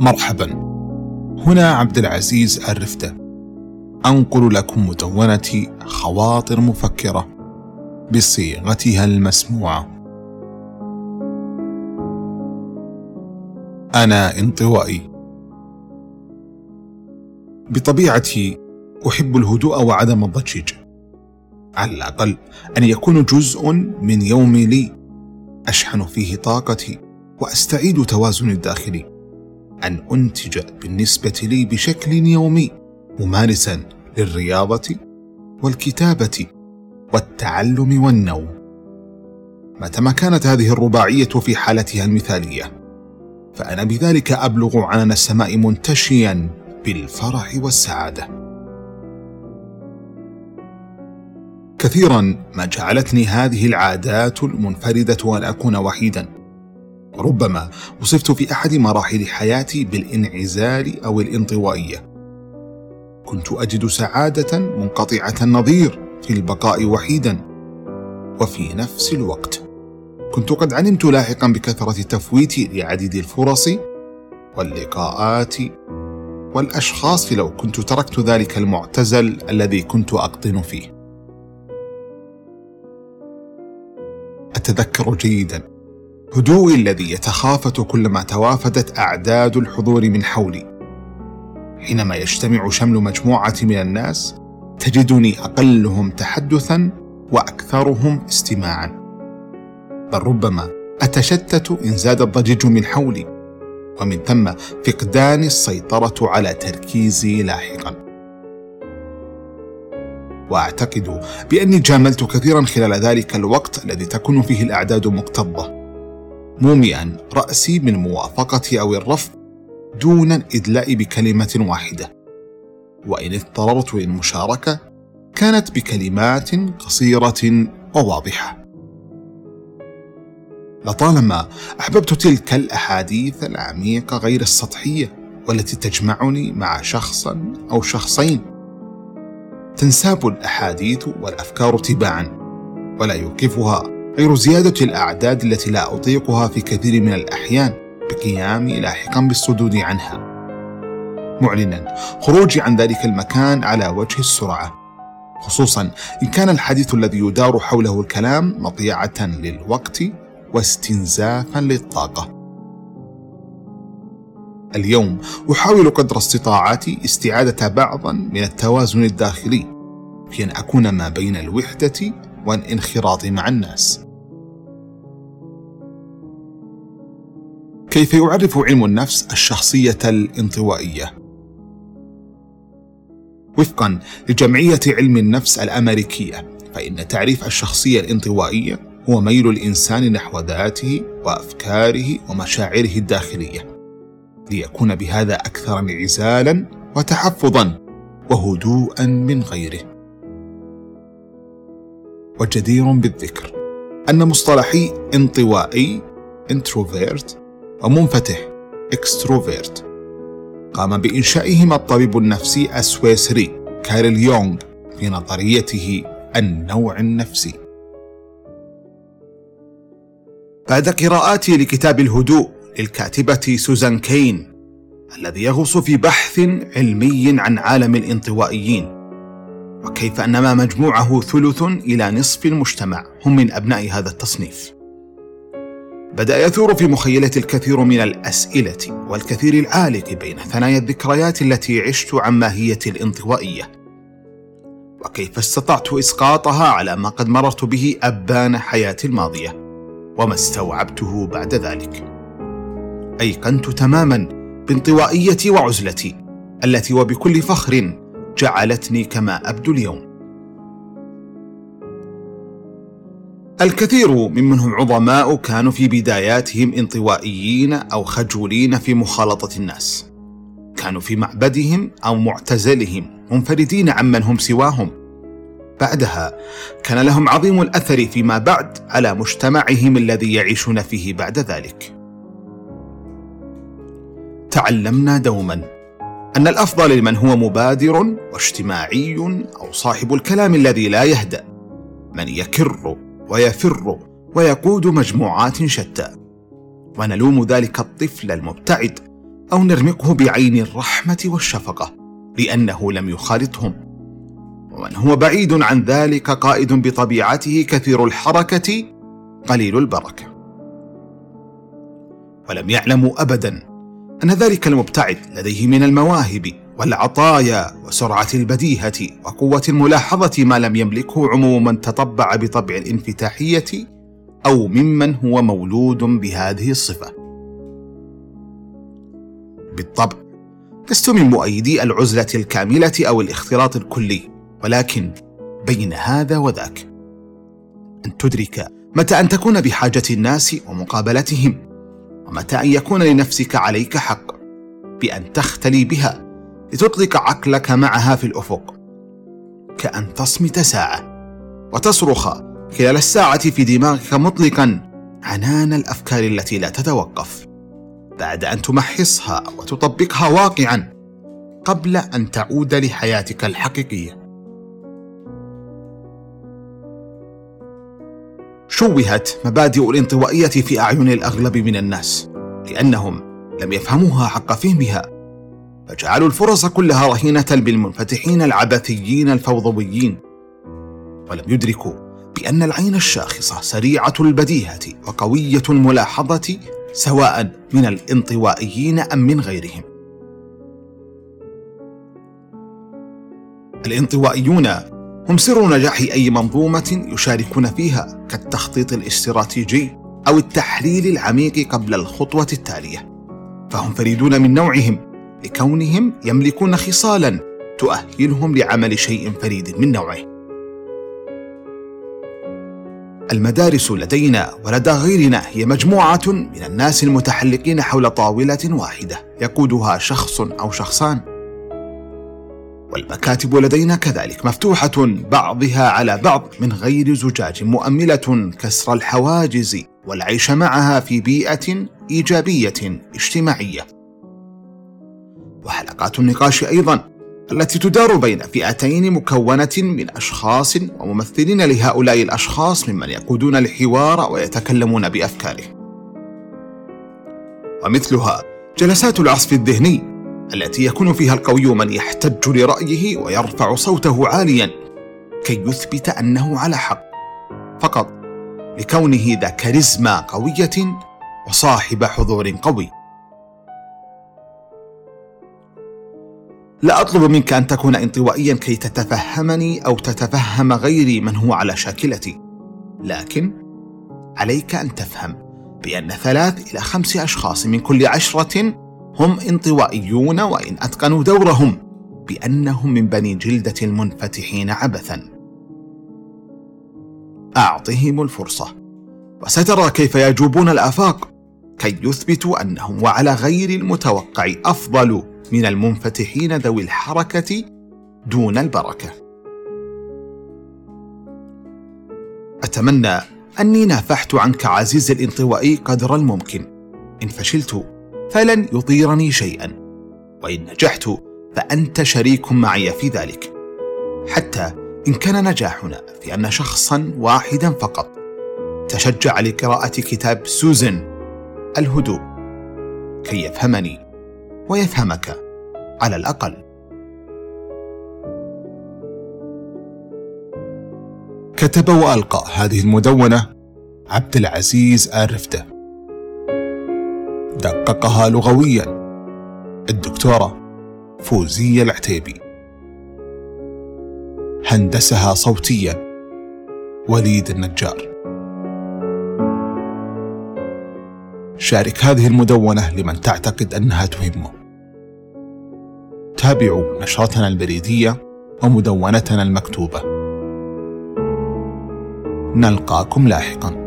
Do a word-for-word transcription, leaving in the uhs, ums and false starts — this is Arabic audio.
مرحبا، هنا عبد العزيز الرفدة، أنقل لكم مدونتي خواطر مفكرة بصيغتها المسموعة. أنا انطوائي بطبيعتي، أحب الهدوء وعدم الضجيج، على الأقل أن يكون جزء من يومي لي أشحن فيه طاقتي وأستعيد توازني الداخلي، أن أنتج بالنسبة لي بشكل يومي، ممارسا للرياضة والكتابة والتعلم والنوم، متى كانت هذه الرباعية في حالتها المثالية، فأنا بذلك أبلغ عنان السماء منتشيا بالفرح والسعادة. كثيرا ما جعلتني هذه العادات المنفردة أن أكون وحيدا، ربما وصفت في أحد مراحل حياتي بالانعزال أو الانطوائية. كنت أجد سعادة منقطعة النظير في البقاء وحيدا، وفي نفس الوقت كنت قد علمت لاحقا بكثرة تفويتي لعديد الفرص واللقاءات والأشخاص لو كنت تركت ذلك المعتزل الذي كنت أقطن فيه. أتذكر جيدا هدوئي الذي يتخافت كلما توافدت أعداد الحضور من حولي. حينما يجتمع شمل مجموعة من الناس تجدني أقلهم تحدثا وأكثرهم استماعا، بل ربما أتشتت إن زاد الضجيج من حولي، ومن ثم فقدان السيطرة على تركيزي لاحقا. وأعتقد بأني جاملت كثيرا خلال ذلك الوقت الذي تكون فيه الأعداد مكتظة، مومئا رأسي من موافقة أو الرفض دون الإدلاء بكلمة واحدة، وإن اضطررت للمشاركة كانت بكلمات قصيرة وواضحة. لطالما أحببت تلك الأحاديث العميقة غير السطحية والتي تجمعني مع شخص أو شخصين. تنساب الأحاديث والأفكار تباعا، ولا يوقفها غير زيادة الأعداد التي لا أطيقها في كثير من الأحيان بقيامي لاحقا بالصدود عنها، معلنا خروجي عن ذلك المكان على وجه السرعة، خصوصا إن كان الحديث الذي يدار حوله الكلام مضيعة للوقت واستنزافا للطاقة. اليوم أحاول قدر استطاعتي استعادة بعضا من التوازن الداخلي في أن أكون ما بين الوحدة والانخراط مع الناس. كيف يعرف علم النفس الشخصية الانطوائية؟ وفقا لجمعية علم النفس الأمريكية، فإن تعريف الشخصية الانطوائية هو ميل الإنسان نحو ذاته وأفكاره ومشاعره الداخلية، ليكون بهذا أكثر انعزالا وتحفظا وهدوءا من غيره. وجدير بالذكر أن مصطلحي انطوائي introvert ومنفتح extrovert قام بإنشائهما الطبيب النفسي السويسري كارل يونغ في نظريته النوع النفسي. بعد قراءاتي لكتاب الهدوء للكاتبة سوزان كين، الذي يغوص في بحث علمي عن عالم الانطوائيين وكيف أن ما مجموعه ثلث إلى نصف المجتمع هم من أبناء هذا التصنيف، بدأ يثور في مخيلتي الكثير من الأسئلة والكثير العالق بين ثنايا الذكريات التي عشت عن ماهية الانطوائية، وكيف استطعت إسقاطها على ما قد مررت به أبان حياتي الماضية وما استوعبته بعد ذلك. أيقنت تماما بانطوائيتي وعزلتي التي وبكل فخر جعلتني كما أبدو اليوم. الكثير ممنهم عظماء كانوا في بداياتهم انطوائيين أو خجولين في مخالطة الناس، كانوا في معبدهم أو معتزلهم منفردين عمن هم سواهم. بعدها كان لهم عظيم الأثر فيما بعد على مجتمعهم الذي يعيشون فيه بعد ذلك. تعلمنا دوما أن الأفضل لمن هو مبادر واجتماعي أو صاحب الكلام الذي لا يهدأ، من يكر ويفر ويقود مجموعات شتى، ونلوم ذلك الطفل المبتعد أو نرمقه بعين الرحمة والشفقة لأنه لم يخالطهم. ومن هو بعيد عن ذلك قائد بطبيعته كثير الحركة قليل البركة. ولم يعلموا أبدا أن ذلك المبتعد لديه من المواهب والعطايا وسرعة البديهة وقوة الملاحظة ما لم يملكه عموم من تطبع بطبع الانفتاحية أو ممن هو مولود بهذه الصفة. بالطبع لست من مؤيدي العزلة الكاملة أو الاختلاط الكلي، ولكن بين هذا وذاك أن تدرك متى أن تكون بحاجة الناس ومقابلتهم، ومتى أن يكون لنفسك عليك حق بأن تختلي بها لتطلق عقلك معها في الأفق، كأن تصمت ساعة وتصرخ خلال الساعة في دماغك مطلقا عنان الأفكار التي لا تتوقف، بعد أن تمحصها وتطبقها واقعا قبل أن تعود لحياتك الحقيقية. شوهت مبادئ الانطوائية في أعين الأغلب من الناس لأنهم لم يفهموها حق فهمها، فجعلوا الفرص كلها رهينة بالمنفتحين العبثيين الفوضويين، ولم يدركوا بأن العين الشاخصة سريعة البديهة وقوية الملاحظة سواء من الانطوائيين أم من غيرهم. الانطوائيون هم سر نجاح أي منظومة يشاركون فيها كالتخطيط الاستراتيجي أو التحليل العميق قبل الخطوة التالية، فهم فريدون من نوعهم لكونهم يملكون خصالا تؤهلهم لعمل شيء فريد من نوعه. المدارس لدينا ولدى غيرنا هي مجموعة من الناس المتحلقين حول طاولة واحدة يقودها شخص أو شخصان، والمكاتب لدينا كذلك مفتوحة بعضها على بعض من غير زجاج، مؤملة كسر الحواجز والعيش معها في بيئة إيجابية اجتماعية. وحلقات النقاش أيضا التي تدار بين فئتين مكونة من أشخاص وممثلين لهؤلاء الأشخاص ممن يقودون الحوار ويتكلمون بأفكاره. ومثلها جلسات العصف الذهني التي يكون فيها القوي من يحتج لرأيه ويرفع صوته عاليا كي يثبت أنه على حق فقط لكونه ذا كاريزما قوية وصاحب حضور قوي. لا أطلب منك أن تكون انطوائيا كي تتفهمني أو تتفهم غيري من هو على شاكلتي، لكن عليك أن تفهم بأن ثلاث إلى خمس أشخاص من كل عشرة هم انطوائيون، وإن أتقنوا دورهم بأنهم من بني جلدة المنفتحين عبثا. أعطهم الفرصة وسترى كيف يجوبون الآفاق كي يثبتوا أنهم وعلى غير المتوقع أفضل من المنفتحين ذوي الحركة دون البركة. أتمنى أني نافحت عنك عزيزي الانطوائي قدر الممكن. إن فشلت فلن يضيرني شيئا، وإن نجحت فأنت شريك معي في ذلك، حتى إن كان نجاحنا في أن شخصا واحدا فقط تشجع لقراءة كتاب سوزان الهدوء كي يفهمني ويفهمك على الأقل. كتب وألقى هذه المدونة عبد العزيز آل رفدة، دققها لغويا الدكتورة فوزية العتيبي، هندسها صوتيا وليد النجار. شارك هذه المدونة لمن تعتقد أنها تهمه. تابعوا نشرتنا البريدية ومدونتنا المكتوبة. نلقاكم لاحقا.